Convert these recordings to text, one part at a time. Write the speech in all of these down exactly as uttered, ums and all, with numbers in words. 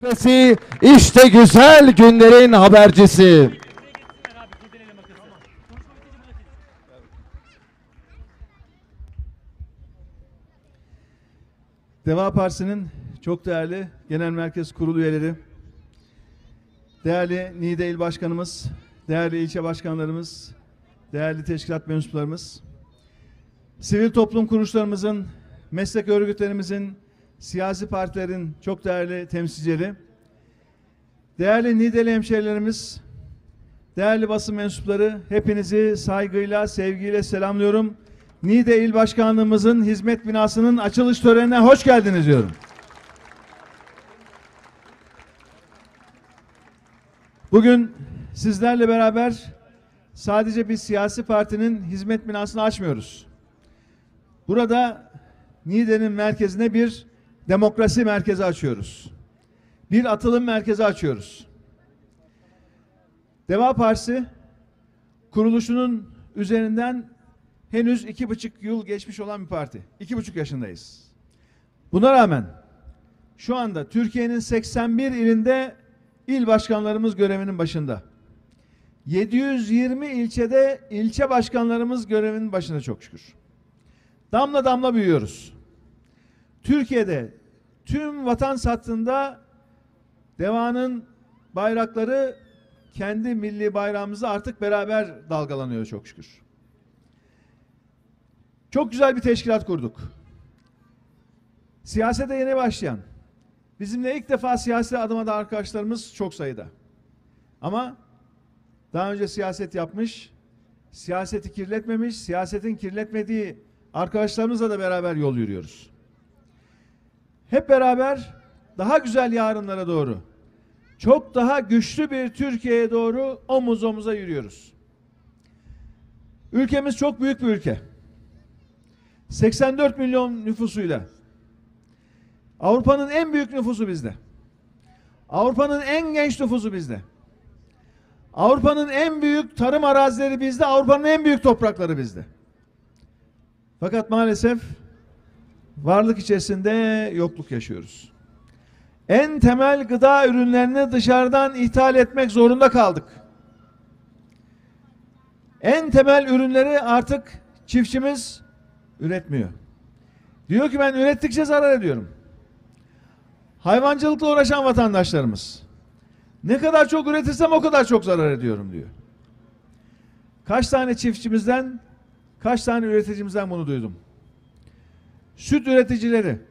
Demokrasi işte güzel günlerin habercisi. Deva Partisi'nin çok değerli Genel Merkez Kurulu üyeleri, değerli Niğde İl Başkanımız, değerli ilçe başkanlarımız, değerli teşkilat mensuplarımız, sivil toplum kuruluşlarımızın, meslek örgütlerimizin, siyasi partilerin çok değerli temsilcileri, değerli Niğdeli hemşehrilerimiz, değerli basın mensupları, hepinizi saygıyla, sevgiyle selamlıyorum. Niğde İl Başkanlığımızın hizmet binasının açılış törenine hoş geldiniz diyorum. Bugün sizlerle beraber sadece bir siyasi partinin hizmet binasını açmıyoruz. Burada Niğde'nin merkezine bir demokrasi merkezi açıyoruz. Bir atılım merkezi açıyoruz. Deva Partisi kuruluşunun üzerinden henüz iki buçuk yıl geçmiş olan bir parti. İki buçuk yaşındayız. Buna rağmen şu anda Türkiye'nin seksen bir ilinde il başkanlarımız görevinin başında. yedi yüz yirmi ilçede ilçe başkanlarımız görevinin başında çok şükür. Damla damla büyüyoruz. Türkiye'de tüm vatan sattığında Deva'nın bayrakları kendi milli bayrağımızla artık beraber dalgalanıyor çok şükür. Çok güzel bir teşkilat kurduk. Siyasete yeni başlayan, bizimle ilk defa siyasete adım atan arkadaşlarımız çok sayıda. Ama daha önce siyaset yapmış, siyaseti kirletmemiş, siyasetin kirletmediği arkadaşlarımızla da beraber yol yürüyoruz. Hep beraber daha güzel yarınlara doğru, çok daha güçlü bir Türkiye'ye doğru omuz omuza yürüyoruz. Ülkemiz çok büyük bir ülke. seksen dört milyon nüfusuyla. Avrupa'nın en büyük nüfusu bizde. Avrupa'nın en genç nüfusu bizde. Avrupa'nın en büyük tarım arazileri bizde, Avrupa'nın en büyük toprakları bizde. Fakat maalesef varlık içerisinde yokluk yaşıyoruz. En temel gıda ürünlerini dışarıdan ithal etmek zorunda kaldık. En temel ürünleri artık çiftçimiz üretmiyor. Diyor ki ben ürettikçe zarar ediyorum. Hayvancılıkla uğraşan vatandaşlarımız, ne kadar çok üretirsem o kadar çok zarar ediyorum diyor. Kaç tane çiftçimizden, kaç tane üreticimizden bunu duydum. Süt üreticileri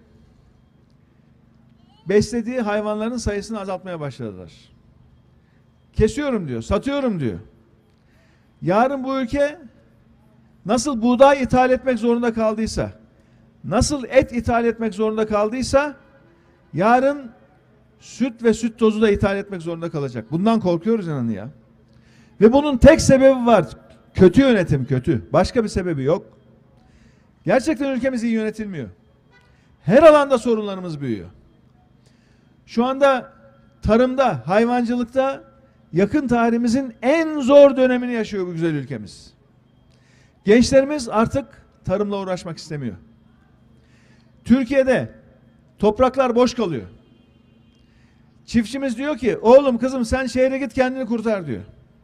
beslediği hayvanların sayısını azaltmaya başladılar. Kesiyorum diyor, satıyorum diyor. Yarın bu ülke nasıl buğday ithal etmek zorunda kaldıysa, nasıl et ithal etmek zorunda kaldıysa, yarın süt ve süt tozu da ithal etmek zorunda kalacak. Bundan korkuyoruz inanın ya. Ve bunun tek sebebi var. Kötü yönetim, kötü. Başka bir sebebi yok. Gerçekten ülkemiz iyi yönetilmiyor. Her alanda sorunlarımız büyüyor. Şu anda tarımda, hayvancılıkta yakın tarihimizin en zor dönemini yaşıyor bu güzel ülkemiz. Gençlerimiz artık tarımla uğraşmak istemiyor. Türkiye'de topraklar boş kalıyor. Çiftçimiz diyor ki oğlum kızım sen şehre git kendini kurtar diyor.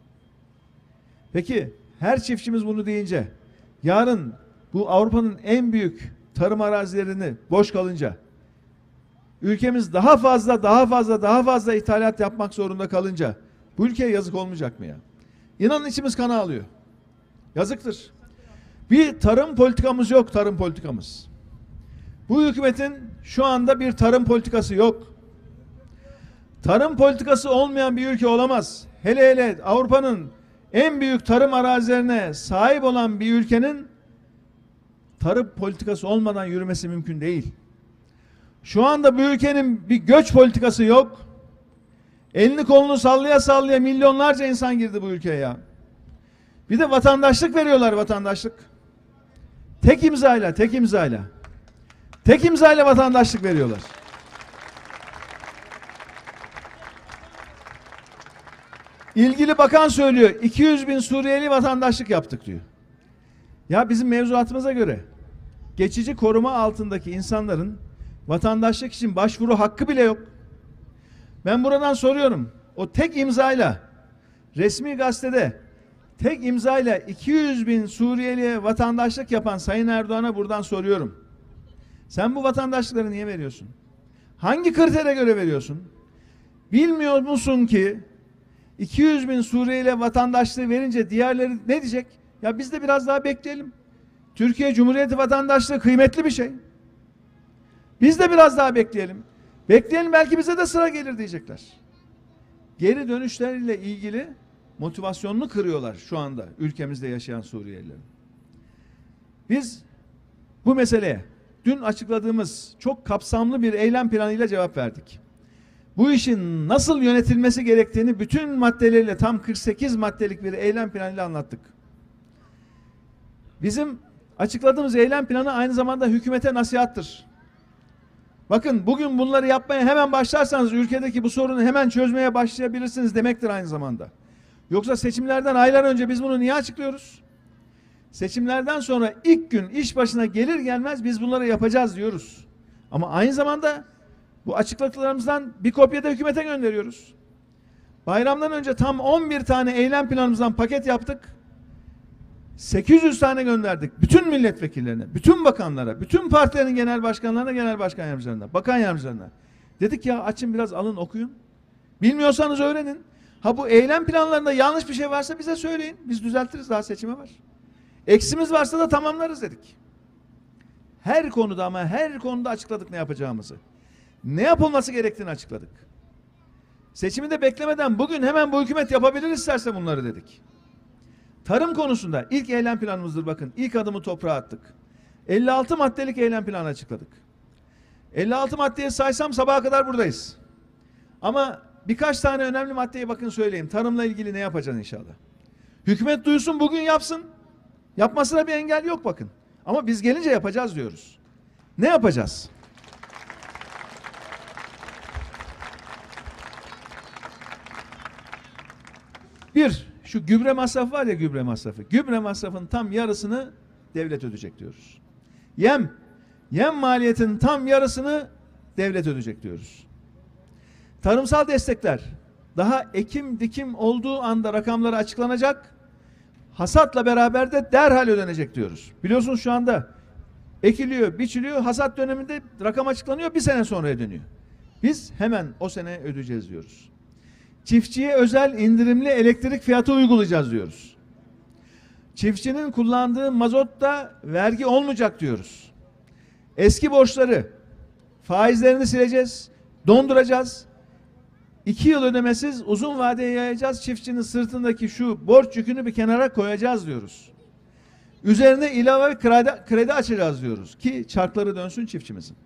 Peki her çiftçimiz bunu deyince yarın bu Avrupa'nın en büyük tarım arazilerini boş kalınca ülkemiz daha fazla daha fazla daha fazla ithalat yapmak zorunda kalınca bu ülkeye yazık olmayacak mı ya? İnanın içimiz kan ağlıyor. Yazıktır. Bir tarım politikamız yok, tarım politikamız. Bu hükümetin şu anda bir tarım politikası yok. Tarım politikası olmayan bir ülke olamaz. Hele hele Avrupa'nın en büyük tarım arazilerine sahip olan bir ülkenin tarım politikası olmadan yürümesi mümkün değil. Şu anda bu ülkenin bir göç politikası yok. Elini kolunu sallaya sallaya milyonlarca insan girdi bu ülkeye ya. Bir de vatandaşlık veriyorlar, vatandaşlık. Tek imzayla, tek imzayla. Tek imzayla vatandaşlık veriyorlar. İlgili bakan söylüyor, iki yüz bin Suriyeli vatandaşlık yaptık diyor. Ya bizim mevzuatımıza göre geçici koruma altındaki insanların vatandaşlık için başvuru hakkı bile yok. Ben buradan soruyorum. O tek imzayla resmi gazetede tek imzayla iki yüz bin Suriyeli'ye vatandaşlık yapan Sayın Erdoğan'a buradan soruyorum. Sen bu vatandaşlıkları niye veriyorsun? Hangi kritere göre veriyorsun? Bilmiyor musun ki iki yüz bin Suriyeli vatandaşlığı verince diğerleri ne diyecek? Ya biz de biraz daha bekleyelim. Türkiye Cumhuriyeti vatandaşlığı kıymetli bir şey. Biz de biraz daha bekleyelim. Bekleyelim, belki bize de sıra gelir diyecekler. Geri dönüşlerle ilgili motivasyonunu kırıyorlar şu anda ülkemizde yaşayan Suriyelilerin. Biz bu meseleye dün açıkladığımız çok kapsamlı bir eylem planıyla cevap verdik. Bu işin nasıl yönetilmesi gerektiğini bütün maddeleriyle, tam kırk sekiz maddelik bir eylem planıyla anlattık. Bizim açıkladığımız eylem planı aynı zamanda hükümete nasihattır. Bakın, bugün bunları yapmaya hemen başlarsanız ülkedeki bu sorunu hemen çözmeye başlayabilirsiniz demektir aynı zamanda. Yoksa seçimlerden aylar önce biz bunu niye açıklıyoruz? Seçimlerden sonra ilk gün iş başına gelir gelmez biz bunları yapacağız diyoruz. Ama aynı zamanda bu açıkladıklarımızdan bir kopya da hükümete gönderiyoruz. Bayramdan önce tam on bir tane eylem planımızdan paket yaptık. sekiz yüz tane gönderdik. Bütün milletvekillerine, bütün bakanlara, bütün partilerin genel başkanlarına, genel başkan yardımcılarına, bakan yardımcılarına. Dedik ya, açın biraz, alın, okuyun. Bilmiyorsanız öğrenin. Ha, bu eylem planlarında yanlış bir şey varsa bize söyleyin. Biz düzeltiriz, daha seçime var. Eksimiz varsa da tamamlarız dedik. Her konuda, ama her konuda açıkladık ne yapacağımızı. Ne yapılması gerektiğini açıkladık. Seçimi de beklemeden bugün hemen bu hükümet yapabilir isterse bunları dedik. Tarım konusunda ilk eylem planımızdır bakın. İlk adımı toprağa attık. elli altı maddelik eylem planı açıkladık. elli altı maddeyi saysam sabaha kadar buradayız. Ama birkaç tane önemli maddeyi bakın söyleyeyim. Tarımla ilgili ne yapacaksın inşallah. Hükümet duysun, bugün yapsın. Yapmasına bir engel yok bakın. Ama biz gelince yapacağız diyoruz. Ne yapacağız? Bir, şu gübre masrafı var ya, gübre masrafı. Gübre masrafının tam yarısını devlet ödeyecek diyoruz. Yem, yem maliyetinin tam yarısını devlet ödeyecek diyoruz. Tarımsal destekler, daha ekim dikim olduğu anda rakamları açıklanacak. Hasatla beraber de derhal ödenecek diyoruz. Biliyorsunuz şu anda ekiliyor, biçiliyor, hasat döneminde rakam açıklanıyor, bir sene sonra ödeniyor. Biz hemen o sene ödeyeceğiz diyoruz. Çiftçiye özel indirimli elektrik fiyatı uygulayacağız diyoruz. Çiftçinin kullandığı mazotta vergi olmayacak diyoruz. Eski borçları, faizlerini sileceğiz, donduracağız. İki yıl ödemesiz uzun vadeye yayacağız. Çiftçinin sırtındaki şu borç yükünü bir kenara koyacağız diyoruz. Üzerine ilave kredi, kredi açacağız diyoruz ki çarkları dönsün çiftçimizin.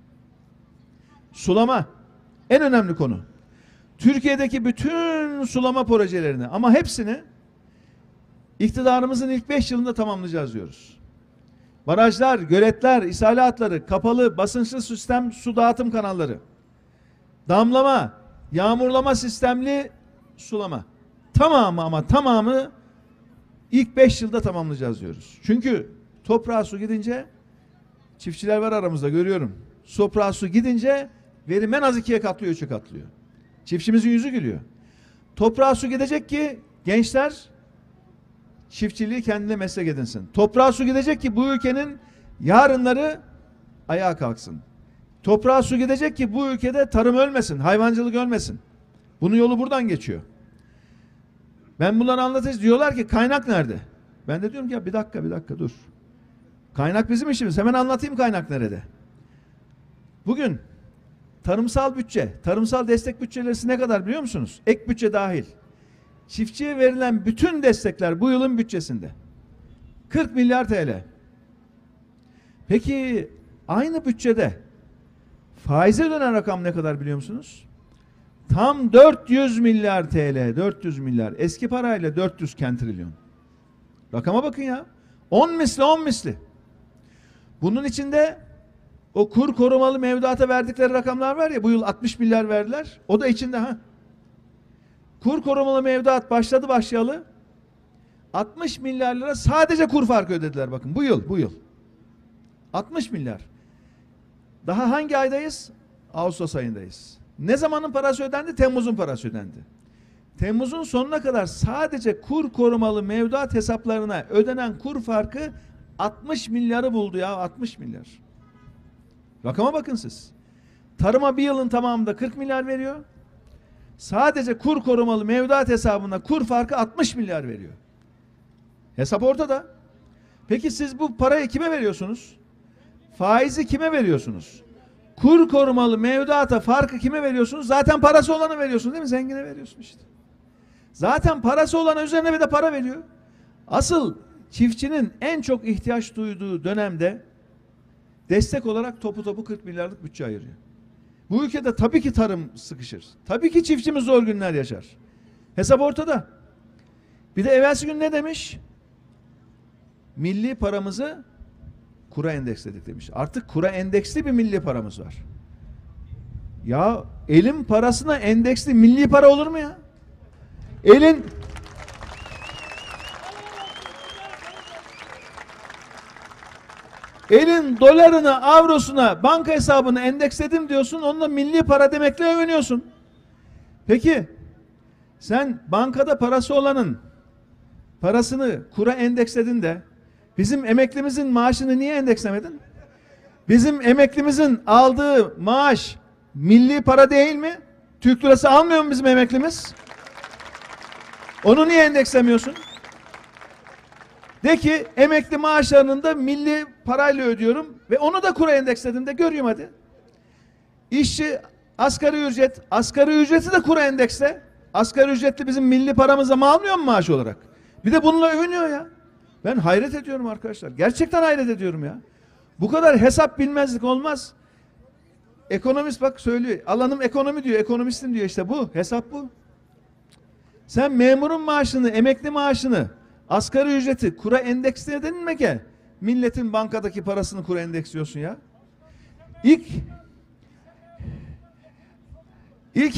Sulama en önemli konu. Türkiye'deki bütün sulama projelerini, ama hepsini iktidarımızın ilk beş yılında tamamlayacağız diyoruz. Barajlar, göletler, ishale hatları, kapalı basınçlı sistem su dağıtım kanalları, damlama, yağmurlama sistemli sulama. Tamamı, ama tamamı ilk beş yılda tamamlayacağız diyoruz. Çünkü toprağa su gidince, çiftçiler var aramızda görüyorum. Toprağa su gidince verim en az ikiye katlıyor, üçe katlıyor. Çiftçimizin yüzü gülüyor. Toprağa su gidecek ki gençler çiftçiliği kendine meslek edinsin. Toprağa su gidecek ki bu ülkenin yarınları ayağa kalksın. Toprağa su gidecek ki bu ülkede tarım ölmesin, hayvancılık ölmesin. Bunun yolu buradan geçiyor. Ben bunları anlatacağız. Diyorlar ki kaynak nerede? Ben de diyorum ki ya bir dakika bir dakika dur. Kaynak bizim işimiz. Hemen anlatayım kaynak nerede. Bugün tarımsal bütçe, tarımsal destek bütçeleri ne kadar biliyor musunuz? Ek bütçe dahil. Çiftçiye verilen bütün destekler bu yılın bütçesinde. kırk milyar T L. Peki aynı bütçede faize dönen rakam ne kadar biliyor musunuz? Tam dört yüz milyar T L. dört yüz milyar. Eski parayla dört yüz trilyon. Rakama bakın ya. on misli on misli. Bunun içinde o kur korumalı mevduata verdikleri rakamlar var ya, bu yıl altmış milyar verdiler. O da içinde ha. Kur korumalı mevduat başladı başlayalı altmış milyar lira sadece kur farkı ödediler bakın bu yıl bu yıl. altmış milyar. Daha hangi aydayız? Ağustos ayındayız. Ne zamanın parası ödendi? Temmuz'un parası ödendi. Temmuz'un sonuna kadar sadece kur korumalı mevduat hesaplarına ödenen kur farkı altmış milyarı buldu ya, altmış milyar. Rakama bakın siz. Tarıma bir yılın tamamında kırk milyar veriyor. Sadece kur korumalı mevduat hesabına kur farkı altmış milyar veriyor. Hesap ortada. Peki siz bu parayı kime veriyorsunuz? Faizi kime veriyorsunuz? Kur korumalı mevduata farkı kime veriyorsunuz? Zaten parası olana veriyorsun değil mi? Zengine veriyorsun işte. Zaten parası olana üzerine bir de para veriyor. Asıl çiftçinin en çok ihtiyaç duyduğu dönemde destek olarak topu topu kırk milyarlık bütçe ayırıyor. Bu ülkede tabii ki tarım sıkışır. Tabii ki çiftçimiz zor günler yaşar. Hesap ortada. Bir de evvelsi gün ne demiş? Milli paramızı kura endeksledik demiş. Artık kura endeksli bir milli paramız var. Ya elin parasına endeksli milli para olur mu ya? Elin elin dolarına, avrosuna, banka hesabını endeksledim diyorsun, onunla milli para demekle övünüyorsun. Peki sen bankada parası olanın parasını kura endeksledin de bizim emeklimizin maaşını niye endekslemedin? Bizim emeklimizin aldığı maaş milli para değil mi? Türk lirası almıyor mu bizim emeklimiz? Onu niye endekslemiyorsun? De ki emekli maaşlarını da milli parayla ödüyorum ve onu da kura endeksledim de göreyim hadi. İşçi asgari ücret, asgari ücreti de kura endeksle. Asgari ücretli bizim milli paramıza mı almıyor mu maaş olarak? Bir de bununla övünüyor ya. Ben hayret ediyorum arkadaşlar. Gerçekten hayret ediyorum ya. Bu kadar hesap bilmezlik olmaz. Ekonomist bak söylüyor. Alanım ekonomi diyor. Ekonomistim diyor işte bu. Hesap bu. Sen memurun maaşını, emekli maaşını, asgari ücreti kura endeksledin mi ki? Milletin bankadaki parasını kura endeksliyorsun ya. İlk ilk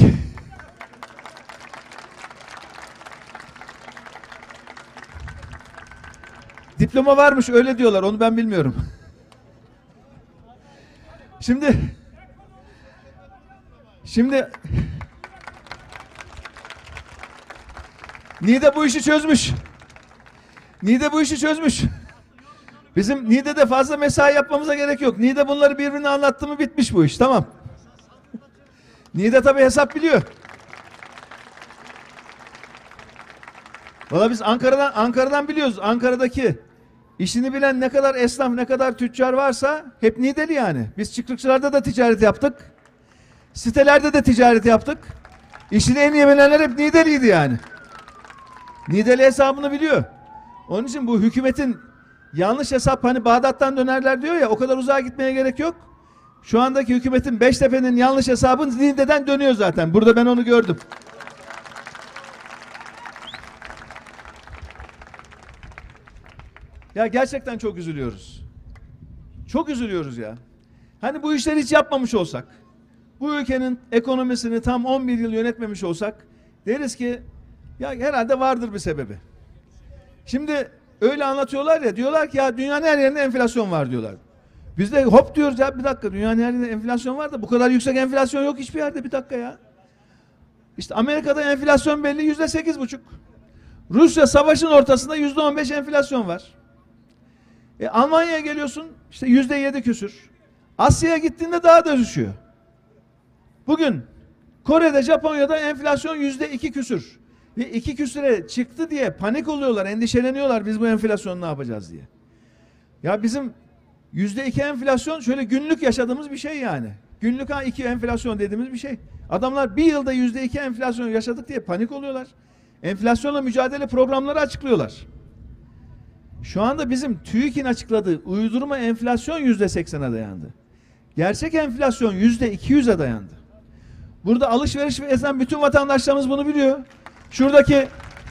diploma varmış öyle diyorlar, onu ben bilmiyorum. Şimdi şimdi Niğde bu işi çözmüş. Niğde bu işi çözmüş. Bizim Niğde'de fazla mesai yapmamıza gerek yok. Niğde bunları birbirine anlattı mı bitmiş bu iş. Tamam. Niğde tabii hesap biliyor. Valla biz Ankara'dan Ankara'dan biliyoruz. Ankara'daki işini bilen ne kadar esnaf, ne kadar tüccar varsa hep Niğdeli yani. Biz çıkrıkçılarda da ticaret yaptık. Sitelerde de ticaret yaptık. İşini en iyi bilenler hep Niğdeliydi yani. Niğdeli hesabını biliyor. Onun için bu hükümetin yanlış hesap, hani Bağdat'tan dönerler diyor ya, o kadar uzağa gitmeye gerek yok. Şu andaki hükümetin Beştepe'nin yanlış hesabı Niğde'den dönüyor zaten. Burada ben onu gördüm. Ya gerçekten çok üzülüyoruz. Çok üzülüyoruz ya. Hani bu işleri hiç yapmamış olsak, bu ülkenin ekonomisini tam on bir yıl yönetmemiş olsak deriz ki ya herhalde vardır bir sebebi. Şimdi öyle anlatıyorlar ya, diyorlar ki ya dünyanın her yerinde enflasyon var diyorlar. Biz de hop diyoruz ya, bir dakika, dünyanın her yerinde enflasyon var da bu kadar yüksek enflasyon yok hiçbir yerde, bir dakika ya. İşte Amerika'da enflasyon belli, yüzde sekiz buçuk. Rusya savaşın ortasında yüzde on beş enflasyon var. E, Almanya'ya geliyorsun işte yüzde yedi küsür. Asya'ya gittiğinde daha da düşüyor. Bugün Kore'de, Japonya'da enflasyon yüzde iki küsür. Ve iki küsüre çıktı diye panik oluyorlar, endişeleniyorlar, biz bu enflasyonu ne yapacağız diye. Ya bizim yüzde iki enflasyon şöyle günlük yaşadığımız bir şey yani. Günlük ha iki enflasyon dediğimiz bir şey. Adamlar bir yılda yüzde iki enflasyon yaşadık diye panik oluyorlar. Enflasyonla mücadele programları açıklıyorlar. Şu anda bizim TÜİK'in açıkladığı uydurma enflasyon yüzde seksene dayandı. Gerçek enflasyon yüzde iki yüze dayandı. Burada alışveriş ve ezen bütün vatandaşlarımız bunu biliyor. Şuradaki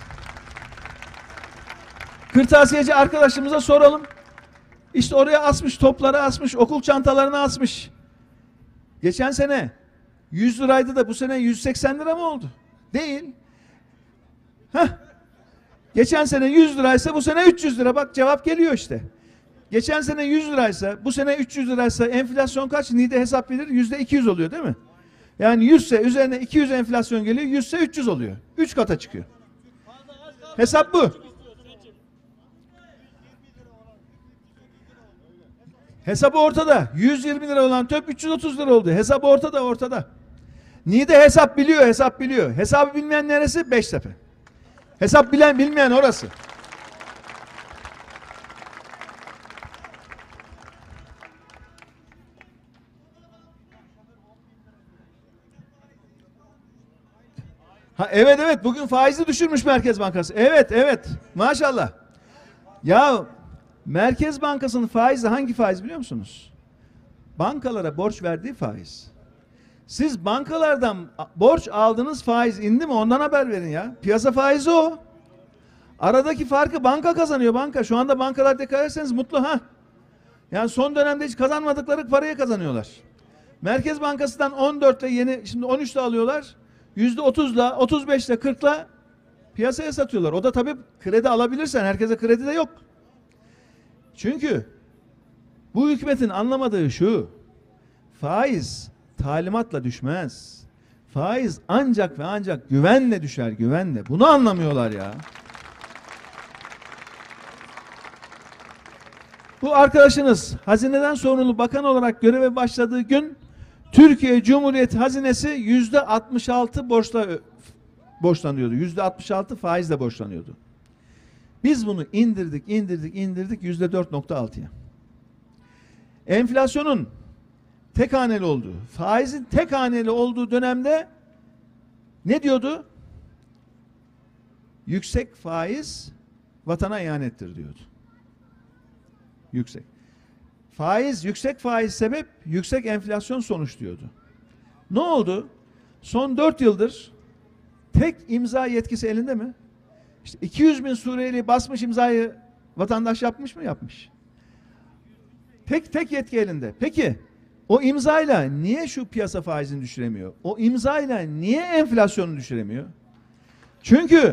kırtasiyeci arkadaşımıza soralım. İşte oraya asmış, topları asmış, okul çantalarını asmış. Geçen sene yüz liraydı da bu sene yüz seksen lira mı oldu? Değil. Heh. Geçen sene yüz liraysa bu sene üç yüz lira. Bak cevap geliyor işte. Geçen sene yüz liraysa bu sene üç yüz liraysa enflasyon kaç? Niğde hesap verir. yüzde iki yüz oluyor değil mi? Yani yüzse üzerine iki yüz enflasyon geliyor, yüzse üç yüz oluyor. üç kata çıkıyor. Hesap bu. Hesabı ortada. yüz yirmi lira olan tüp üç yüz otuz lira oldu. Hesabı ortada, ortada. Niğde hesap biliyor, hesap biliyor. Hesabı bilmeyen neresi? Beştepe. Hesap bilen bilmeyen orası. Ha, evet evet, bugün faizi düşürmüş Merkez Bankası. Evet evet, maşallah. Ya Merkez Bankası'nın faizi hangi faiz biliyor musunuz? Bankalara borç verdiği faiz. Siz bankalardan borç aldığınız faiz indi mi ondan haber verin ya. Piyasa faizi o. Aradaki farkı banka kazanıyor, banka. Şu anda bankalar dikkat ederseniz mutlu ha. Yani son dönemde hiç kazanmadıkları parayı kazanıyorlar. Merkez Bankası'ndan on dörtle yeni şimdi on üçle alıyorlar. yüzde otuzla, otuz beşle, kırkla piyasaya satıyorlar. O da tabii kredi alabilirsen, herkese kredi de yok. Çünkü bu hükümetin anlamadığı şu: faiz talimatla düşmez. Faiz ancak ve ancak güvenle düşer, güvenle. Bunu anlamıyorlar ya. Bu arkadaşınız hazineden sorumlu bakan olarak göreve başladığı gün Türkiye Cumhuriyeti hazinesi yüzde altmış altı borçla borçlanıyordu. Yüzde altmış altı faizle borçlanıyordu. Biz bunu indirdik, indirdik, indirdik yüzde dört nokta altıya. Enflasyonun tek haneli olduğu, faizin tek haneli olduğu dönemde ne diyordu? Yüksek faiz vatana ihanettir diyordu. Yüksek. Faiz, yüksek faiz sebep, yüksek enflasyon sonuç diyordu. Ne oldu? Son dört yıldır tek imza yetkisi elinde mi? İşte iki yüz bin Suriyeli basmış imzayı, vatandaş yapmış mı? Yapmış. Tek tek yetki elinde. Peki o imzayla niye şu piyasa faizini düşüremiyor? O imzayla niye enflasyonu düşüremiyor? Çünkü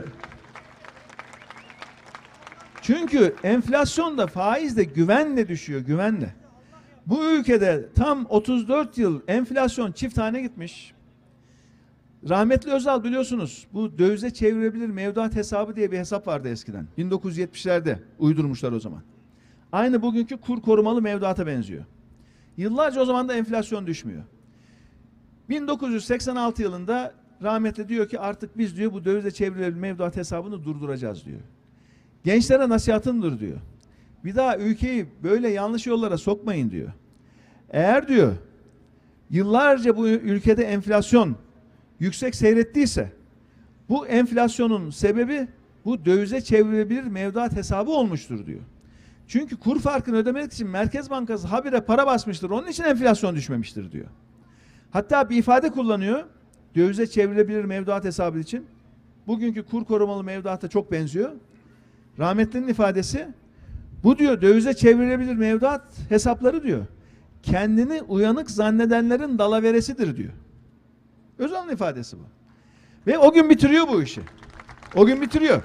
Çünkü enflasyon da faiz de güvenle düşüyor, güvenle. Bu ülkede tam otuz dört yıl enflasyon çift hane gitmiş. Rahmetli Özal biliyorsunuz, bu dövize çevirebilir mevduat hesabı diye bir hesap vardı eskiden. bin dokuz yüz yetmişlerde uydurmuşlar o zaman. Aynı bugünkü kur korumalı mevduata benziyor. Yıllarca o zaman da enflasyon düşmüyor. bin dokuz yüz seksen altı yılında rahmetli diyor ki artık biz diyor bu dövize çevrilebilir mevduat hesabını durduracağız diyor. Gençlere nasihatımdır diyor. Bir daha ülkeyi böyle yanlış yollara sokmayın diyor. Eğer diyor yıllarca bu ülkede enflasyon yüksek seyrettiyse bu enflasyonun sebebi bu dövize çevrilebilir mevduat hesabı olmuştur diyor. Çünkü kur farkını ödemek için Merkez Bankası habire para basmıştır. Onun için enflasyon düşmemiştir diyor. Hatta bir ifade kullanıyor. Dövize çevrilebilir mevduat hesabı için. Bugünkü kur korumalı mevduata çok benziyor. Rahmetlinin ifadesi bu diyor dövize çevrilebilir mevduat hesapları diyor. Kendini uyanık zannedenlerin dalaveresidir diyor. Özal'ın ifadesi bu. Ve o gün bitiriyor bu işi. O gün bitiriyor.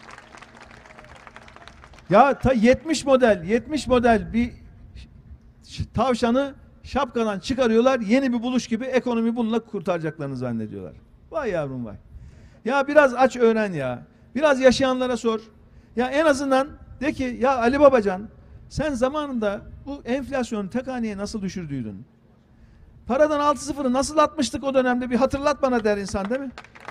Ya ta yetmiş model, yetmiş model bir tavşanı şapkadan çıkarıyorlar. Yeni bir buluş gibi ekonomi bununla kurtaracaklarını zannediyorlar. Vay yavrum vay. Ya biraz aç öğren ya. Biraz yaşayanlara sor. Ya en azından de ki ya Ali Babacan sen zamanında bu enflasyonu tek haneye nasıl düşürdüydün? Paradan altı sıfırı nasıl atmıştık o dönemde bir hatırlat bana der insan değil mi?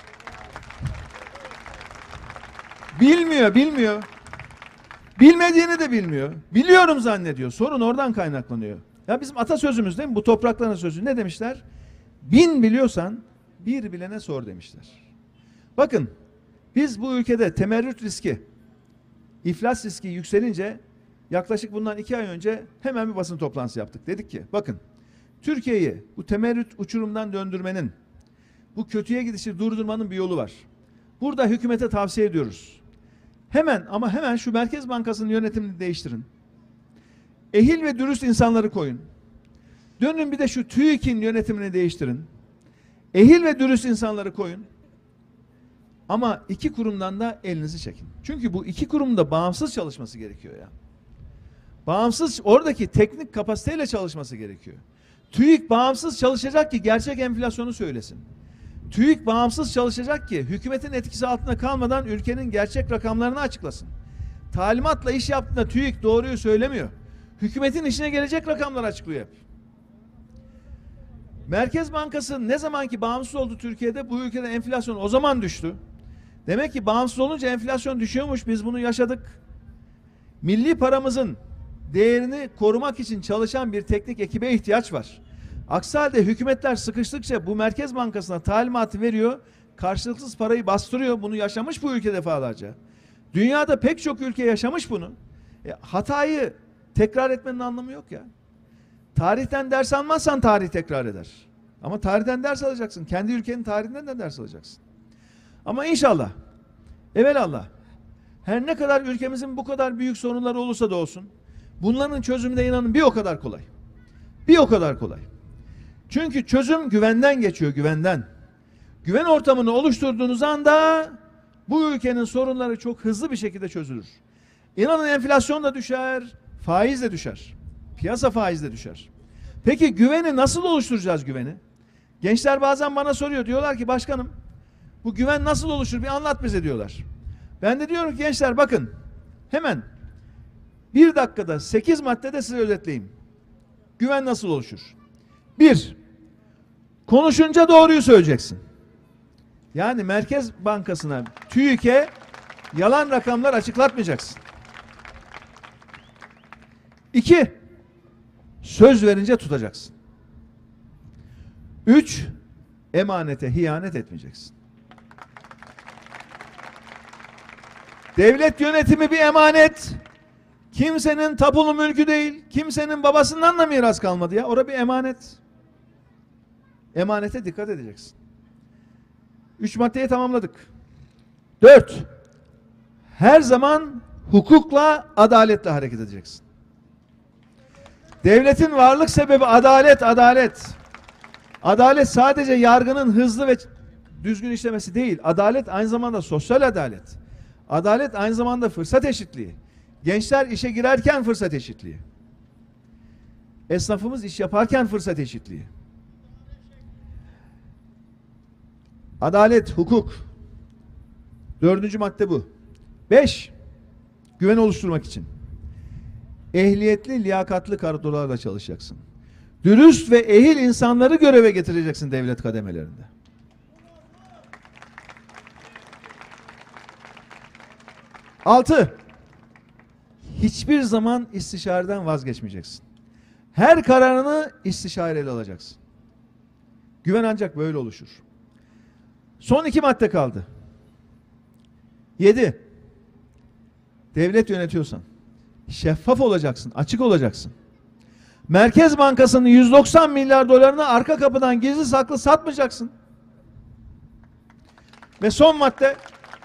Bilmiyor, bilmiyor. Bilmediğini de bilmiyor. Biliyorum zannediyor. Sorun oradan kaynaklanıyor. Ya bizim atasözümüz değil mi? Bu toprakların sözü. Ne demişler? Bin biliyorsan bir bilene sor demişler. Bakın biz bu ülkede temerrüt riski, iflas riski yükselince yaklaşık bundan iki ay önce hemen bir basın toplantısı yaptık. Dedik ki bakın Türkiye'yi bu temerrüt uçurumdan döndürmenin, bu kötüye gidişi durdurmanın bir yolu var. Burada hükümete tavsiye ediyoruz. Hemen ama hemen şu Merkez Bankası'nın yönetimini değiştirin. Ehil ve dürüst insanları koyun. Dönün bir de şu TÜİK'in yönetimini değiştirin. Ehil ve dürüst insanları koyun. Ama iki kurumdan da elinizi çekin. Çünkü bu iki kurumun da bağımsız çalışması gerekiyor ya. Bağımsız, oradaki teknik kapasiteyle çalışması gerekiyor. TÜİK bağımsız çalışacak ki gerçek enflasyonu söylesin. TÜİK bağımsız çalışacak ki hükümetin etkisi altında kalmadan ülkenin gerçek rakamlarını açıklasın. Talimatla iş yaptığında TÜİK doğruyu söylemiyor. Hükümetin işine gelecek rakamları açıklıyor hep. Merkez Bankası ne zamanki bağımsız oldu Türkiye'de, bu ülkede enflasyon o zaman düştü. Demek ki bağımsız olunca enflasyon düşüyormuş, biz bunu yaşadık. Milli paramızın değerini korumak için çalışan bir teknik ekibe ihtiyaç var. Aksi halde hükümetler sıkıştıkça bu Merkez Bankası'na talimatı veriyor, karşılıksız parayı bastırıyor. Bunu yaşamış bu ülke defalarca. Dünyada pek çok ülke yaşamış bunu. E, hatayı tekrar etmenin anlamı yok ya. Tarihten ders almazsan tarih tekrar eder. Ama tarihten ders alacaksın. Kendi ülkenin tarihinden de ders alacaksın. Ama inşallah, evelallah, her ne kadar ülkemizin bu kadar büyük sorunları olursa da olsun, bunların çözümü de inanın bir o kadar kolay. Bir o kadar kolay. Çünkü çözüm güvenden geçiyor, güvenden. Güven ortamını oluşturduğunuz anda bu ülkenin sorunları çok hızlı bir şekilde çözülür. İnanın enflasyon da düşer, faiz de düşer. Piyasa faiz de düşer. Peki güveni nasıl oluşturacağız güveni? Gençler bazen bana soruyor, diyorlar ki başkanım bu güven nasıl oluşur, bir anlat bize diyorlar. Ben de diyorum ki gençler bakın, hemen bir dakikada sekiz maddede size özetleyeyim. Güven nasıl oluşur? Bir, konuşunca doğruyu söyleyeceksin. Yani Merkez Bankası'na, TÜİK'e yalan rakamlar açıklatmayacaksın. İki, söz verince tutacaksın. Üç, emanete hiyanet etmeyeceksin. Devlet yönetimi bir emanet. Kimsenin tapulu mülkü değil. Kimsenin babasından da miras kalmadı ya. Orada bir emanet. Emanete dikkat edeceksin. Üç maddeyi tamamladık. Dört, her zaman hukukla, adaletle hareket edeceksin. Devletin varlık sebebi adalet, adalet. Adalet sadece yargının hızlı ve düzgün işlemesi değil. Adalet aynı zamanda sosyal adalet. Adalet aynı zamanda fırsat eşitliği. Gençler işe girerken fırsat eşitliği. Esnafımız iş yaparken fırsat eşitliği. Adalet, hukuk. Dördüncü madde bu. Beş, güven oluşturmak için ehliyetli, liyakatlı kadrolarla çalışacaksın. Dürüst ve ehil insanları göreve getireceksin devlet kademelerinde. Altı, hiçbir zaman istişareden vazgeçmeyeceksin. Her kararını istişareyle alacaksın. Güven ancak böyle oluşur. Son iki madde kaldı. Yedi, devlet yönetiyorsan şeffaf olacaksın, açık olacaksın. Merkez Bankası'nın yüz doksan milyar dolarını arka kapıdan gizli saklı satmayacaksın. Ve son madde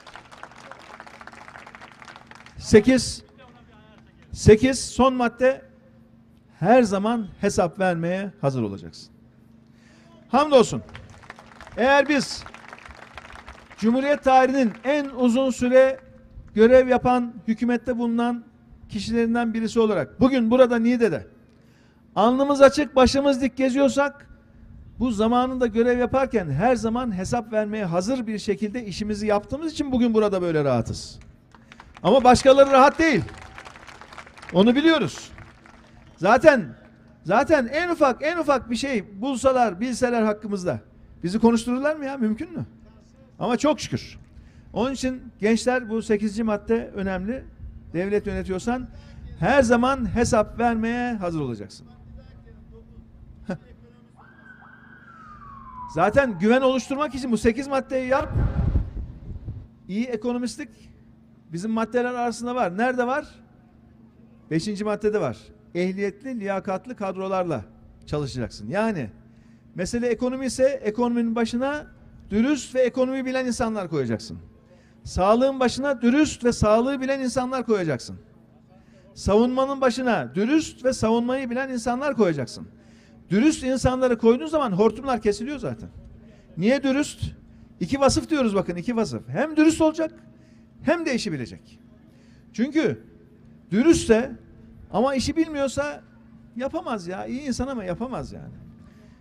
sekiz, sekiz son madde, her zaman hesap vermeye hazır olacaksın. Hamdolsun. Eğer biz Cumhuriyet tarihinin en uzun süre görev yapan, hükümette bulunan kişilerinden birisi olarak bugün burada Niğde'de alnımız açık, başımız dik geziyorsak, bu zamanında görev yaparken her zaman hesap vermeye hazır bir şekilde işimizi yaptığımız için bugün burada böyle rahatız. Ama başkaları rahat değil. Onu biliyoruz. Zaten zaten en ufak en ufak bir şey bulsalar, bilseler hakkımızda bizi konuştururlar mı ya? Mümkün mü? Ama çok şükür. Onun için gençler, bu sekizinci madde önemli. Devlet yönetiyorsan her zaman hesap vermeye hazır olacaksın. Zaten güven oluşturmak için bu sekiz maddeyi yap. İyi ekonomistlik bizim maddeler arasında var. Nerede var? Beşinci maddede var. Ehliyetli, liyakatlı kadrolarla çalışacaksın. Yani mesele ekonomi ise ekonominin başına dürüst ve ekonomi bilen insanlar koyacaksın. Sağlığın başına dürüst ve sağlığı bilen insanlar koyacaksın. Savunmanın başına dürüst ve savunmayı bilen insanlar koyacaksın. Dürüst insanları koyduğun zaman hortumlar kesiliyor zaten. Niye dürüst? İki vasıf diyoruz bakın, iki vasıf. Hem dürüst olacak hem de işi bilecek. Çünkü dürüstse ama işi bilmiyorsa yapamaz ya. İyi insan ama yapamaz yani.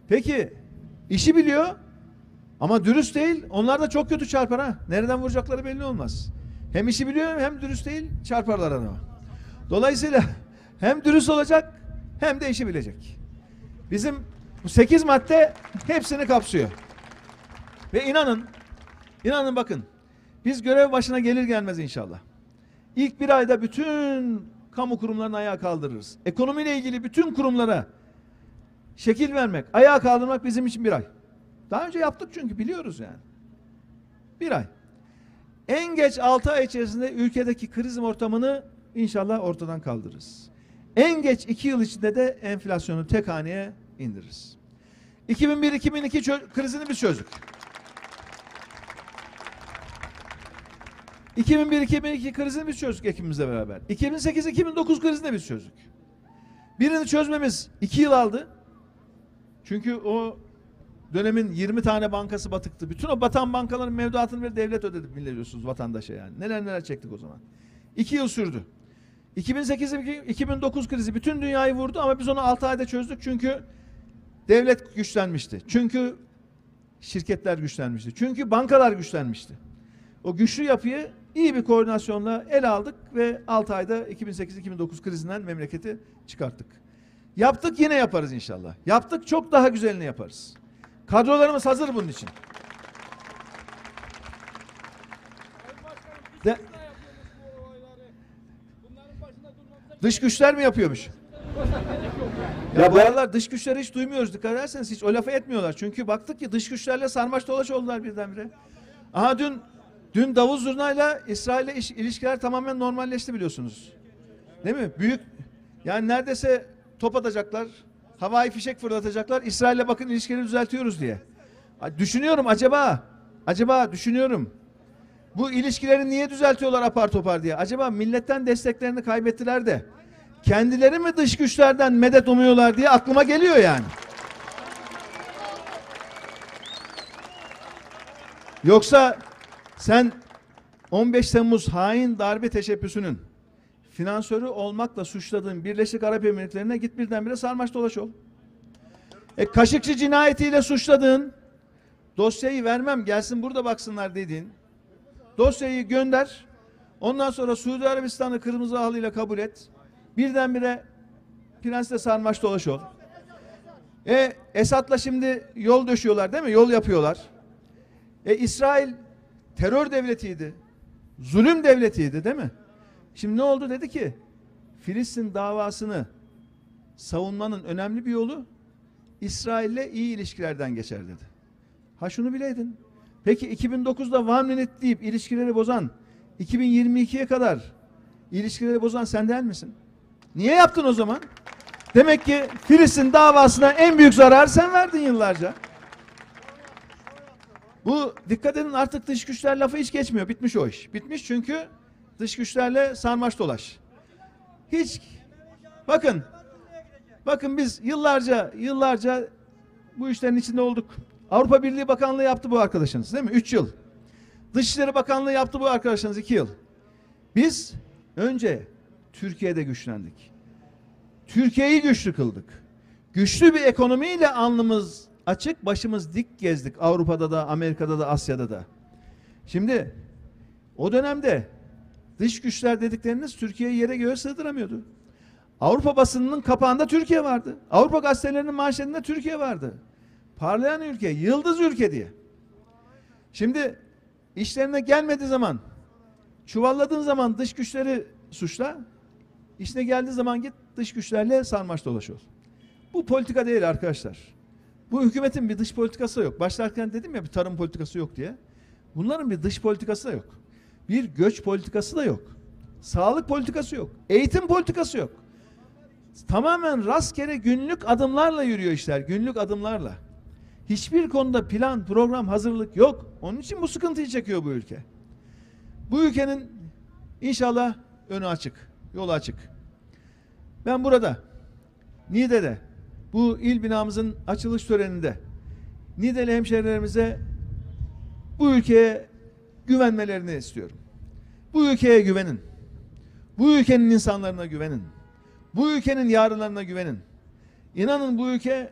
Peki işi biliyor ama dürüst değil. Onlar da çok kötü çarpar ha. Nereden vuracakları belli olmaz. Hem işi biliyor hem dürüst değil, çarparlar adamı. Dolayısıyla hem dürüst olacak hem de işi bilecek. Bizim bu sekiz madde hepsini kapsıyor. Ve inanın, inanın bakın, biz görev başına gelir gelmez inşallah İlk bir ayda bütün kamu kurumlarını ayağa kaldırırız. Ekonomiyle ilgili bütün kurumlara şekil vermek, ayağa kaldırmak bizim için bir ay. Daha önce yaptık çünkü biliyoruz yani. Bir ay. En geç altı ay içerisinde ülkedeki kriz ortamını inşallah ortadan kaldırırız. En geç iki yıl içinde de enflasyonu tek haneye indiririz. iki bin bir iki bin iki krizini biz çözdük. iki bin bir iki bin iki krizini biz çözdük ekibimizle beraber. iki bin sekiz iki bin dokuz krizini de biz çözdük. Birini çözmemiz iki yıl aldı. Çünkü o dönemin yirmi tane bankası batıktı. Bütün o batan bankaların mevduatını bir devlet ödedi biliyorsunuz vatandaşa yani. Neler neler çektik o zaman. İki yıl sürdü. iki bin sekiz iki bin dokuz krizi bütün dünyayı vurdu ama biz onu altı ayda çözdük çünkü devlet güçlenmişti. Çünkü şirketler güçlenmişti. Çünkü bankalar güçlenmişti. O güçlü yapıyı iyi bir koordinasyonla ele aldık ve altı ayda iki bin sekiz iki bin dokuz krizinden memleketi çıkarttık. Yaptık, yine yaparız inşallah. Yaptık, çok daha güzelini yaparız. Kadrolarımız hazır bunun için. De, dış güçler mi yapıyormuş? Ya bu aralar dış güçleri hiç duymuyoruz. Dikkat ederseniz hiç o lafı etmiyorlar. Çünkü baktık ki dış güçlerle sarmaş dolaş oldular birdenbire. Aha dün dün Davuz Zurna'yla İsrail'le iş, ilişkiler tamamen normalleşti biliyorsunuz. Değil mi? Büyük, yani neredeyse top atacaklar, havai fişek fırlatacaklar. İsrail'le bakın ilişkileri düzeltiyoruz diye. Düşünüyorum acaba, acaba düşünüyorum. Bu ilişkileri niye düzeltiyorlar apar topar diye. Acaba milletten desteklerini kaybettiler de kendileri mi dış güçlerden medet umuyorlar diye aklıma geliyor yani. Yoksa sen on beş Temmuz hain darbe teşebbüsünün finansörü olmakla suçladığın Birleşik Arap Emirlikleri'ne git birdenbire sarmaş dolaş ol. E, Kaşıkçı cinayetiyle suçladığın, dosyayı vermem gelsin burada baksınlar dediğin dosyayı gönder. Ondan sonra Suudi Arabistan'ı kırmızı halıyla kabul et. Birdenbire Prens'le sarmaş dolaş ol. E, Esad'la şimdi yol döşüyorlar değil mi? Yol yapıyorlar. E, İsrail terör devletiydi. Zulüm devletiydi değil mi? Şimdi ne oldu? Dedi ki Filistin davasını savunmanın önemli bir yolu İsrail'le iyi ilişkilerden geçer dedi. Ha şunu bileydin. Peki iki bin dokuzda one minute deyip ilişkileri bozan, iki bin yirmi ikiye kadar ilişkileri bozan sen değil misin? Niye yaptın o zaman? Demek ki Filistin davasına en büyük zararı sen verdin yıllarca. Bu dikkat edin, artık dış güçler lafı hiç geçmiyor. Bitmiş o iş. Bitmiş çünkü dış güçlerle sarmaş dolaş. Hiç bakın bakın biz yıllarca yıllarca bu işlerin içinde olduk. Avrupa Birliği Bakanlığı yaptı bu arkadaşınız değil mi? Üç yıl. Dışişleri Bakanlığı yaptı bu arkadaşınız iki yıl. Biz önce Türkiye'de güçlendik. Türkiye'yi güçlü kıldık. Güçlü bir ekonomiyle alnımız açık, başımız dik gezdik. Avrupa'da da, Amerika'da da, Asya'da da. Şimdi o dönemde dış güçler dedikleriniz Türkiye'yi yere göğe sığdıramıyordu. Avrupa basınının kapağında Türkiye vardı. Avrupa gazetelerinin manşetinde Türkiye vardı. Parlayan ülke, yıldız ülke diye. Şimdi işlerine gelmediği zaman, çuvalladığın zaman dış güçleri suçla, işine geldiği zaman git dış güçlerle sarmaş dolaş ol. Bu politika değil arkadaşlar. Bu hükümetin bir dış politikası yok. Başlarken dedim ya bir tarım politikası yok diye. Bunların bir dış politikası da yok. Bir göç politikası da yok. Sağlık politikası yok. Eğitim politikası yok. Tamamen rastgele günlük adımlarla yürüyor işler. Günlük adımlarla. Hiçbir konuda plan, program, hazırlık yok. Onun için bu sıkıntıyı çekiyor bu ülke. Bu ülkenin inşallah önü açık, yolu açık. Ben burada Niğde'de bu il binamızın açılış töreninde Niğdeli hemşehrilerimize bu ülkeye güvenmelerini istiyorum. Bu ülkeye güvenin. Bu ülkenin insanlarına güvenin. Bu ülkenin yarınlarına güvenin. İnanın bu ülke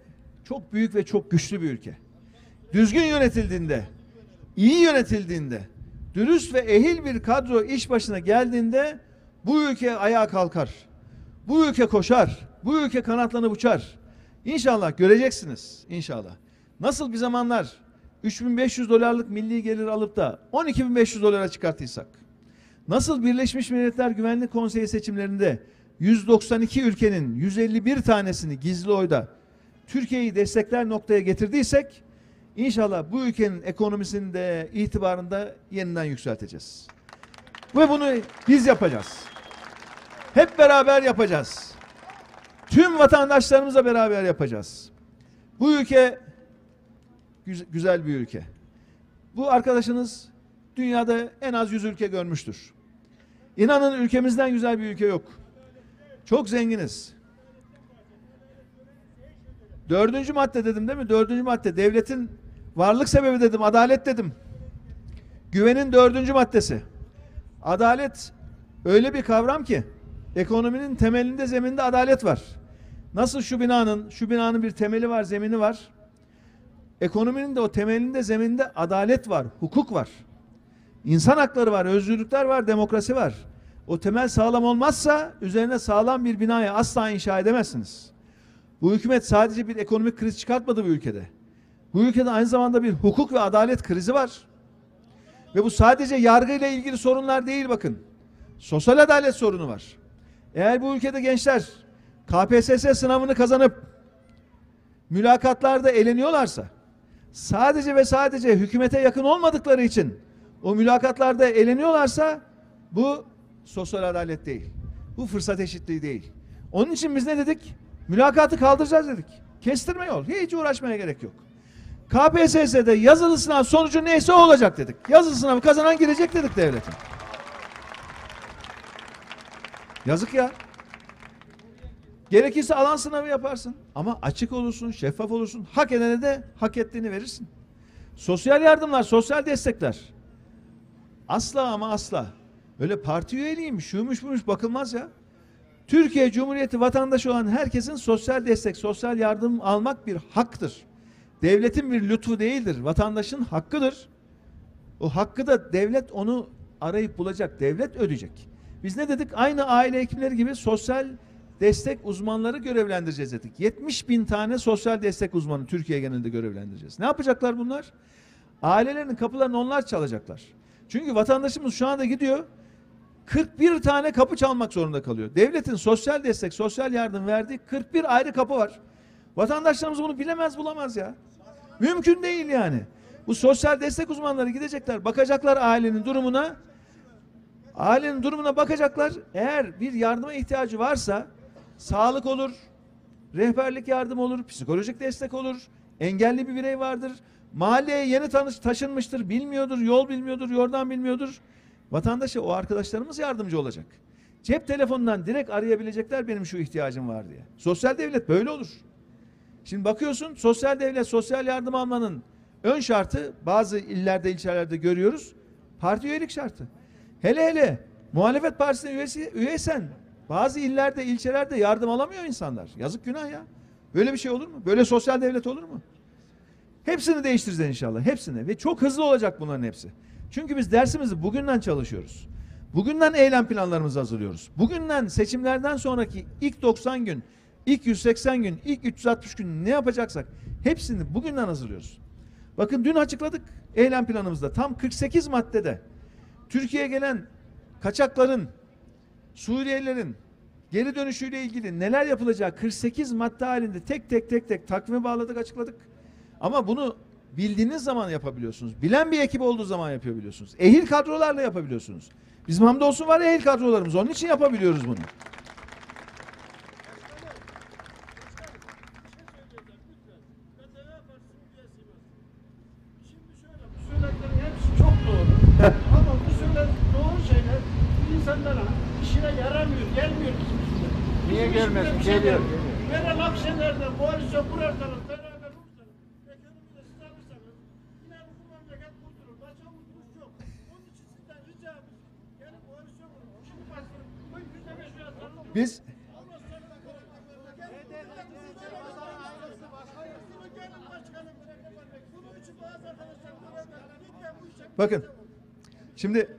çok büyük ve çok güçlü bir ülke. Düzgün yönetildiğinde, iyi yönetildiğinde, dürüst ve ehil bir kadro iş başına geldiğinde bu ülke ayağa kalkar. Bu ülke koşar. Bu ülke kanatlanıp uçar. İnşallah göreceksiniz. İnşallah. Nasıl bir zamanlar üç bin beş yüz dolarlık milli gelir alıp da on iki bin beş yüz dolara çıkarttıysak, nasıl Birleşmiş Milletler Güvenlik Konseyi seçimlerinde yüz doksan iki ülkenin yüz elli bir tanesini gizli oyda Türkiye'yi destekler noktaya getirdiysek, İnşallah bu ülkenin ekonomisini de itibarını da yeniden yükselteceğiz. Ve bunu biz yapacağız. Hep beraber yapacağız. Tüm vatandaşlarımızla beraber yapacağız. Bu ülke güz güzel bir ülke. Bu arkadaşınız dünyada en az yüz ülke görmüştür. İnanın ülkemizden güzel bir ülke yok. Çok zenginiz. Dördüncü madde dedim değil mi? Dördüncü madde. Devletin varlık sebebi dedim. Adalet dedim. Güvenin dördüncü maddesi. Adalet öyle bir kavram ki ekonominin temelinde, zeminde adalet var. Nasıl şu binanın, şu binanın bir temeli var, zemini var. Ekonominin de o temelinde, zeminde adalet var, hukuk var. İnsan hakları var, özgürlükler var, demokrasi var. O temel sağlam olmazsa üzerine sağlam bir binayı asla inşa edemezsiniz. Bu hükümet sadece bir ekonomik kriz çıkartmadı bu ülkede. Bu ülkede aynı zamanda bir hukuk ve adalet krizi var. Ve bu sadece yargıyla ilgili sorunlar değil bakın. Sosyal adalet sorunu var. Eğer bu ülkede gençler K P S S sınavını kazanıp mülakatlarda eleniyorlarsa, sadece ve sadece hükümete yakın olmadıkları için o mülakatlarda eleniyorlarsa, bu sosyal adalet değil. Bu fırsat eşitliği değil. Onun için biz ne dedik? Mülakatı kaldıracağız dedik. Kestirme yol. Hiç uğraşmaya gerek yok. K P S S'de yazılı sınav sonucu neyse o olacak dedik. Yazılı sınavı kazanan girecek dedik devlete. Yazık ya. Gerekirse alan sınavı yaparsın. Ama açık olursun, şeffaf olursun. Hak edene de hak ettiğini verirsin. Sosyal yardımlar, sosyal destekler. Asla ama asla. Öyle parti üyeliğiymiş, şuymuş buymuş bakılmaz ya. Türkiye Cumhuriyeti vatandaşı olan herkesin sosyal destek, sosyal yardım almak bir haktır. Devletin bir lütfu değildir. Vatandaşın hakkıdır. O hakkı da devlet onu arayıp bulacak. Devlet ödeyecek. Biz ne dedik? Aynı aile hekimleri gibi sosyal destek uzmanları görevlendireceğiz dedik. yetmiş bin tane sosyal destek uzmanı Türkiye genelinde görevlendireceğiz. Ne yapacaklar bunlar? Ailelerin kapılarını onlar çalacaklar. Çünkü vatandaşımız şu anda gidiyor, kırk bir tane kapı çalmak zorunda kalıyor. Devletin sosyal destek, sosyal yardım verdiği kırk bir ayrı kapı var. Vatandaşlarımız bunu bilemez, bulamaz ya. Mümkün değil yani. Bu sosyal destek uzmanları gidecekler, bakacaklar ailenin durumuna. Ailenin durumuna bakacaklar. Eğer bir yardıma ihtiyacı varsa sağlık olur, rehberlik yardım olur, psikolojik destek olur, engelli bir birey vardır, mahalleye yeni tanış, taşınmıştır, bilmiyordur, yol bilmiyordur, yordan bilmiyordur. Vatandaşa o arkadaşlarımız yardımcı olacak. Cep telefonundan direkt arayabilecekler benim şu ihtiyacım var diye. Sosyal devlet böyle olur. Şimdi bakıyorsun sosyal devlet, sosyal yardım almanın ön şartı bazı illerde, ilçelerde görüyoruz. Parti üyelik şartı. Hele hele muhalefet partisinin üyesi, üyesen bazı illerde, ilçelerde yardım alamıyor insanlar. Yazık günah ya. Böyle bir şey olur mu? Böyle sosyal devlet olur mu? Hepsini değiştireceğiz inşallah. Hepsini. Ve çok hızlı olacak bunların hepsi. Çünkü biz dersimizi bugünden çalışıyoruz. Bugünden eylem planlarımızı hazırlıyoruz. Bugünden seçimlerden sonraki ilk doksan gün, ilk yüz seksen gün, ilk üç yüz altmış gün ne yapacaksak hepsini bugünden hazırlıyoruz. Bakın dün açıkladık eylem planımızda tam kırk sekiz maddede Türkiye'ye gelen kaçakların, Suriyelilerin geri dönüşüyle ilgili neler yapılacağı kırk sekiz madde halinde tek tek tek tek takvime bağladık, açıkladık. Ama bunu bildiğiniz zaman yapabiliyorsunuz. Bilen bir ekip olduğu zaman yapabiliyorsunuz. Ehil kadrolarla yapabiliyorsunuz. Bizim hamdolsun var ehil kadrolarımız. Onun için yapabiliyoruz bunu. Çok doğru. Ama bu söylenen doğru şeyler bu insanlara işine yaramıyor, gelmiyor bizim üstüne. Niye Bizim gelmesin? üstüne bir şey Geliyor, yok. geliyor. Meral Akşener'den koalisyon kurarsanız, beraber olursanız, ekonomiyi de siz alırsanız, yine bu memleket kurtulur. Başka kurtuluş yok. Onun için sizden ricamız, gelin koalisyon kurun. Şimdi başlayın. Bu yüzde beş fiyatlarını Biz Bakın. Şimdi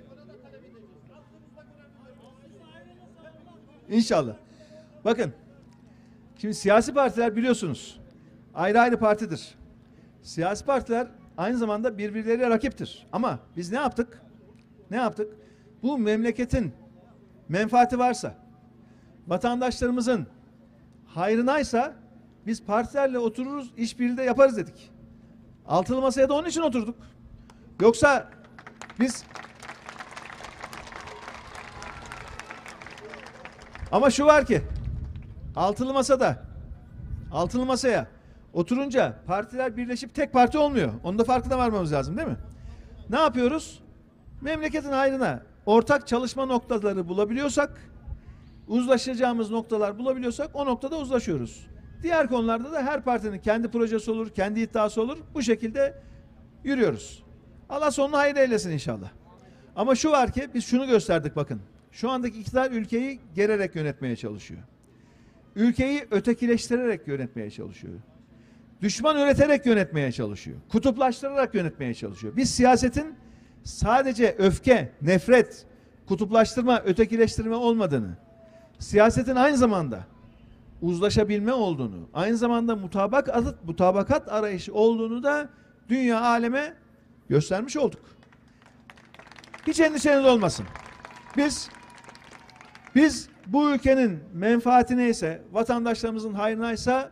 İnşallah. Bakın. Şimdi siyasi partiler biliyorsunuz ayrı ayrı partidir. Siyasi partiler aynı zamanda birbirleriyle rakiptir. Ama biz ne yaptık? Ne yaptık? Bu memleketin menfaati varsa, vatandaşlarımızın hayrınaysa biz partilerle otururuz, işbirliği de yaparız dedik. Altılı masaya da onun için oturduk. Yoksa biz ama şu var ki altılı masada altılı masaya oturunca partiler birleşip tek parti olmuyor. Onun da farkına varmamız lazım değil mi? Ne yapıyoruz? Memleketin hayrına ortak çalışma noktaları bulabiliyorsak, uzlaşacağımız noktalar bulabiliyorsak o noktada uzlaşıyoruz. Diğer konularda da her partinin kendi projesi olur, kendi iddiası olur. Bu şekilde yürüyoruz. Allah sonunu hayır eylesin inşallah. Ama şu var ki biz şunu gösterdik bakın. Şu andaki iktidar ülkeyi gererek yönetmeye çalışıyor. Ülkeyi ötekileştirerek yönetmeye çalışıyor. Düşman üreterek yönetmeye çalışıyor. Kutuplaştırarak yönetmeye çalışıyor. Biz siyasetin sadece öfke, nefret, kutuplaştırma, ötekileştirme olmadığını, siyasetin aynı zamanda uzlaşabilme olduğunu, aynı zamanda mutabakat, mutabakat arayışı olduğunu da dünya aleme göstermiş olduk. Hiç endişeniz olmasın. Biz biz bu ülkenin menfaati neyse, vatandaşlarımızın hayrınaysa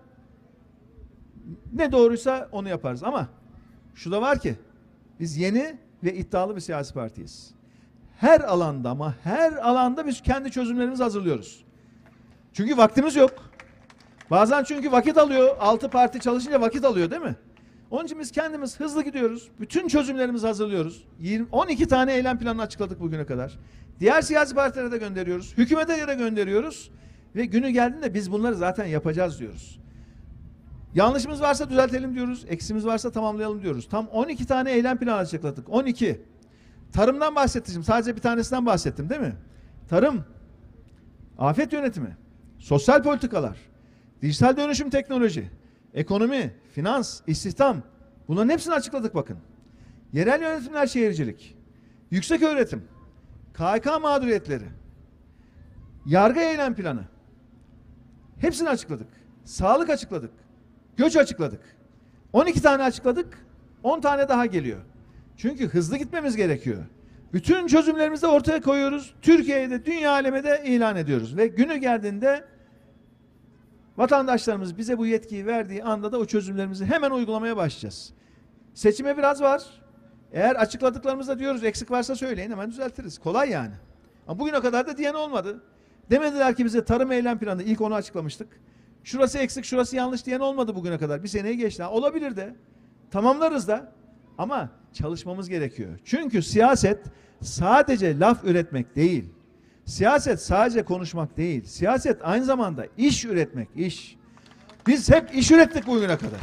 ne doğruysa onu yaparız. Ama şu da var ki biz yeni ve iddialı bir siyasi partiyiz. Her alanda ama her alanda biz kendi çözümlerimizi hazırlıyoruz. Çünkü vaktimiz yok. Bazen çünkü vakit alıyor. Altı parti çalışınca vakit alıyor değil mi? Onun için biz kendimiz hızlı gidiyoruz. Bütün çözümlerimizi hazırlıyoruz. yirmi, on iki tane eylem planını açıkladık bugüne kadar. Diğer siyasi partilere de gönderiyoruz. Hükümete de gönderiyoruz. Ve günü geldiğinde biz bunları zaten yapacağız diyoruz. Yanlışımız varsa düzeltelim diyoruz. Eksimiz varsa tamamlayalım diyoruz. Tam on iki tane eylem planı açıkladık. on iki. Tarımdan bahsettim. Sadece bir tanesinden bahsettim değil mi? Tarım, afet yönetimi, sosyal politikalar, dijital dönüşüm teknoloji, ekonomi, finans, istihdam. Bunların hepsini açıkladık bakın. Yerel yönetimler şehircilik, yüksek öğretim, K H K mağduriyetleri, yargı eylem planı. Hepsini açıkladık. Sağlık açıkladık. Göç açıkladık. on iki tane açıkladık. on tane daha geliyor. Çünkü hızlı gitmemiz gerekiyor. Bütün çözümlerimizi ortaya koyuyoruz. Türkiye'ye de dünya aleme de ilan ediyoruz. Ve günü geldiğinde vatandaşlarımız bize bu yetkiyi verdiği anda da o çözümlerimizi hemen uygulamaya başlayacağız. Seçime biraz var. Eğer açıkladıklarımızda diyoruz eksik varsa söyleyin hemen düzeltiriz. Kolay yani. Ama bugüne kadar da diyen olmadı. Demediler ki bize tarım eylem planı ilk onu açıklamıştık. Şurası eksik, şurası yanlış diyen olmadı bugüne kadar. Bir seneyi geçti. Ha, olabilir de. Tamamlarız da. Ama çalışmamız gerekiyor. Çünkü siyaset sadece laf üretmek değil. Siyaset sadece konuşmak değil. Siyaset aynı zamanda iş üretmek, iş. Biz hep iş ürettik bugüne kadar.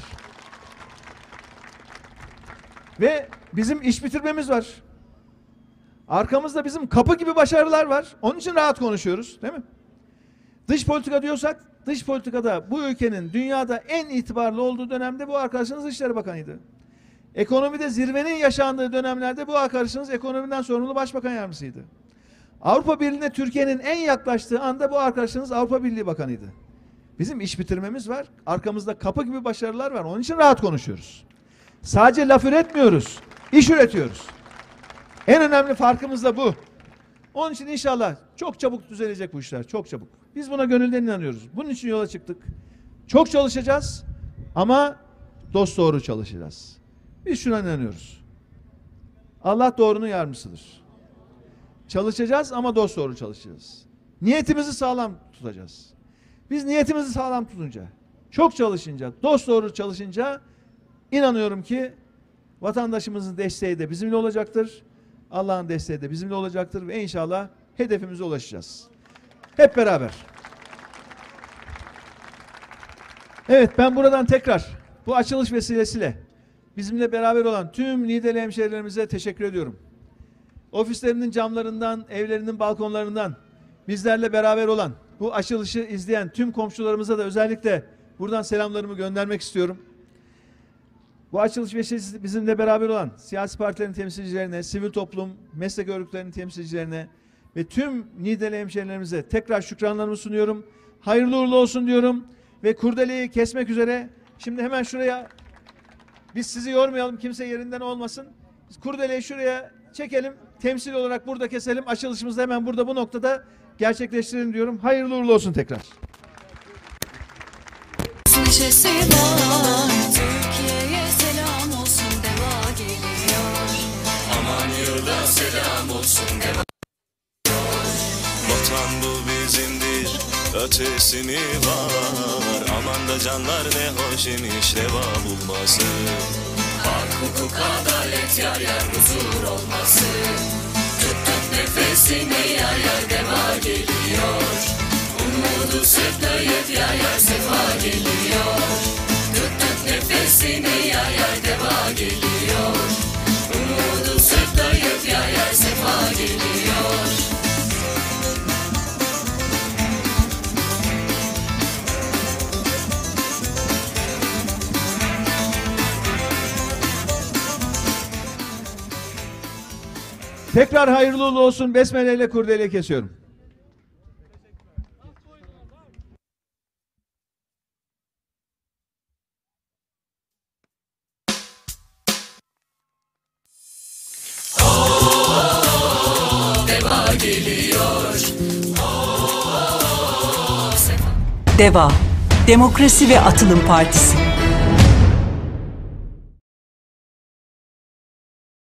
Ve bizim iş bitirmemiz var. Arkamızda bizim kapı gibi başarılar var. Onun için rahat konuşuyoruz, değil mi? Dış politika diyorsak, dış politikada bu ülkenin dünyada en itibarlı olduğu dönemde bu arkadaşınız Dışişleri Bakanı'ydı. Ekonomide zirvenin yaşandığı dönemlerde bu arkadaşınız ekonomiden sorumlu Başbakan Yardımcısıydı. Avrupa Birliği'ne Türkiye'nin en yaklaştığı anda bu arkadaşınız Avrupa Birliği Bakanı'ydı. Bizim iş bitirmemiz var. Arkamızda kapı gibi başarılar var. Onun için rahat konuşuyoruz. Sadece laf üretmiyoruz. İş üretiyoruz. En önemli farkımız da bu. Onun için inşallah çok çabuk düzelecek bu işler. Çok çabuk. Biz buna gönülden inanıyoruz. Bunun için yola çıktık. Çok çalışacağız ama dosdoğru çalışacağız. Biz şuna inanıyoruz. Allah doğrunun yardımcısıdır. Çalışacağız ama dosdoğru çalışacağız. Niyetimizi sağlam tutacağız. Biz niyetimizi sağlam tutunca, çok çalışınca, dosdoğru çalışınca inanıyorum ki vatandaşımızın desteği de bizimle olacaktır. Allah'ın desteği de bizimle olacaktır ve inşallah hedefimize ulaşacağız. Hep beraber. Evet, ben buradan tekrar bu açılış vesilesiyle bizimle beraber olan tüm Niğdeli hemşehrilerimize teşekkür ediyorum. Ofislerinin camlarından, evlerinin balkonlarından bizlerle beraber olan, bu açılışı izleyen tüm komşularımıza da özellikle buradan selamlarımı göndermek istiyorum. Bu açılış vesilesiyle bizimle beraber olan siyasi partilerin temsilcilerine, sivil toplum, meslek örgütlerinin temsilcilerine ve tüm Niğdeli hemşehrilerimize tekrar şükranlarımı sunuyorum. Hayırlı uğurlu olsun diyorum ve kurdeleyi kesmek üzere. Şimdi hemen şuraya, biz sizi yormayalım, kimse yerinden olmasın. Biz kurdeleyi şuraya çekelim, temsil olarak burada keselim. Açılışımızı hemen burada bu noktada gerçekleştirelim diyorum. Hayırlı uğurlu olsun tekrar. Neşesi var, Türkiye'ye selam olsun, deva geliyor. Aman yurda selam olsun, deva geliyor. Vatan bu bizimdir, ötesi mi var? Aman da canlar ne hoş imiş, deva bulması. Hak, hukuk, adalet, yar yar huzur olması. Tuttuk nefesini, yar yar deva geliyor. Umudu sırtlayıp yar yar sefa geliyor. Tuttuk nefesini, yar yar deva geliyor. Umudu sırtlayıp yar yar sefa geliyor. Tekrar hayırlı uğurlu olsun. Besmele ile kurdeleyi kesiyorum. Deva geliyor. DEVA, Demokrasi ve Atılım Partisi.